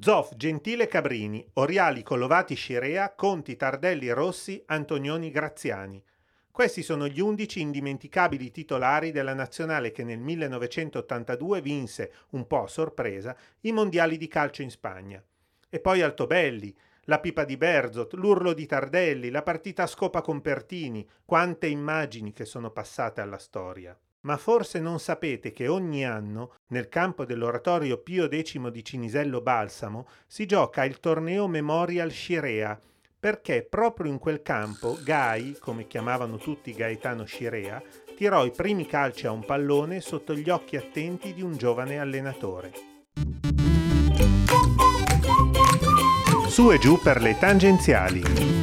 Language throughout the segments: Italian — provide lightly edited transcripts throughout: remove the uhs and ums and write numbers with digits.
Zoff, Gentile, Cabrini, Oriali, Collovati, Scirea, Conti, Tardelli, Rossi, Antonioni, Graziani. Questi sono gli 11 indimenticabili titolari della nazionale che nel 1982 vinse, un po' a sorpresa, i mondiali di calcio in Spagna. E poi Altobelli, la pipa di Berzot, l'urlo di Tardelli, la partita a scopa con Pertini, quante immagini che sono passate alla storia. Ma forse non sapete che ogni anno, nel campo dell'oratorio Pio X di Cinisello Balsamo, si gioca il torneo Memorial Scirea, perché proprio in quel campo Gai, come chiamavano tutti Gaetano Scirea, tirò i primi calci a un pallone sotto gli occhi attenti di un giovane allenatore. Su e giù per le tangenziali.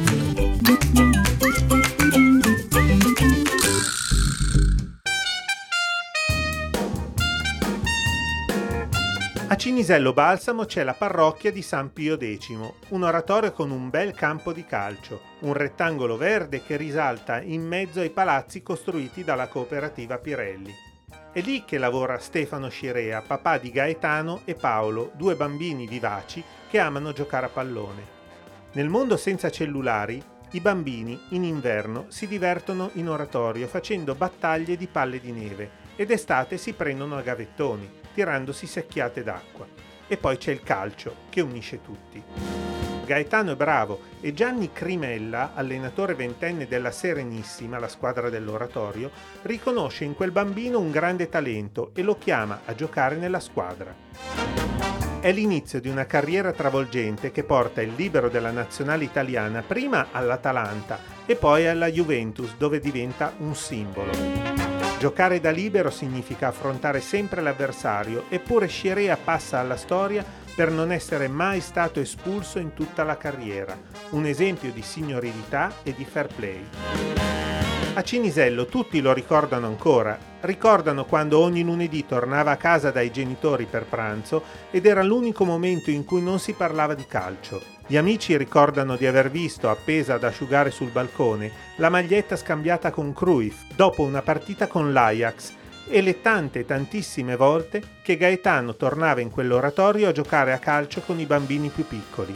A Cinisello Balsamo c'è la parrocchia di San Pio X, un oratorio con un bel campo di calcio, un rettangolo verde che risalta in mezzo ai palazzi costruiti dalla cooperativa Pirelli. È lì che lavora Stefano Scirea, papà di Gaetano e Paolo, due bambini vivaci che amano giocare a pallone. Nel mondo senza cellulari, i bambini in inverno si divertono in oratorio facendo battaglie di palle di neve ed estate si prendono a gavettoni, tirandosi secchiate d'acqua. E poi c'è il calcio, che unisce tutti. Gaetano è bravo e Gianni Crimella, allenatore ventenne della Serenissima, la squadra dell'oratorio, riconosce in quel bambino un grande talento e lo chiama a giocare nella squadra. È l'inizio di una carriera travolgente che porta il libero della nazionale italiana prima all'Atalanta e poi alla Juventus, dove diventa un simbolo. Giocare da libero significa affrontare sempre l'avversario, eppure Scirea passa alla storia per non essere mai stato espulso in tutta la carriera, un esempio di signorilità e di fair play. A Cinisello tutti lo ricordano ancora, ricordano quando ogni lunedì tornava a casa dai genitori per pranzo ed era l'unico momento in cui non si parlava di calcio. Gli amici ricordano di aver visto, appesa ad asciugare sul balcone, la maglietta scambiata con Cruyff dopo una partita con l'Ajax e le tantissime volte che Gaetano tornava in quell'oratorio a giocare a calcio con i bambini più piccoli.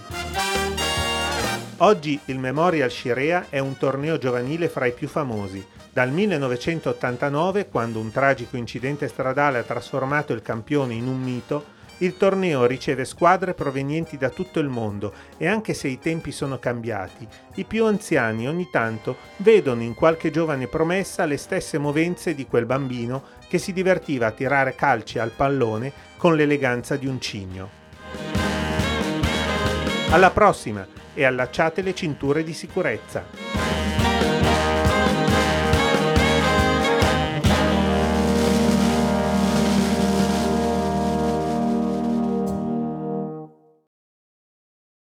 Oggi il Memorial Scirea è un torneo giovanile fra i più famosi. Dal 1989, quando un tragico incidente stradale ha trasformato il campione in un mito, il torneo riceve squadre provenienti da tutto il mondo e anche se i tempi sono cambiati, i più anziani ogni tanto vedono in qualche giovane promessa le stesse movenze di quel bambino che si divertiva a tirare calci al pallone con l'eleganza di un cigno. Alla prossima e allacciate le cinture di sicurezza!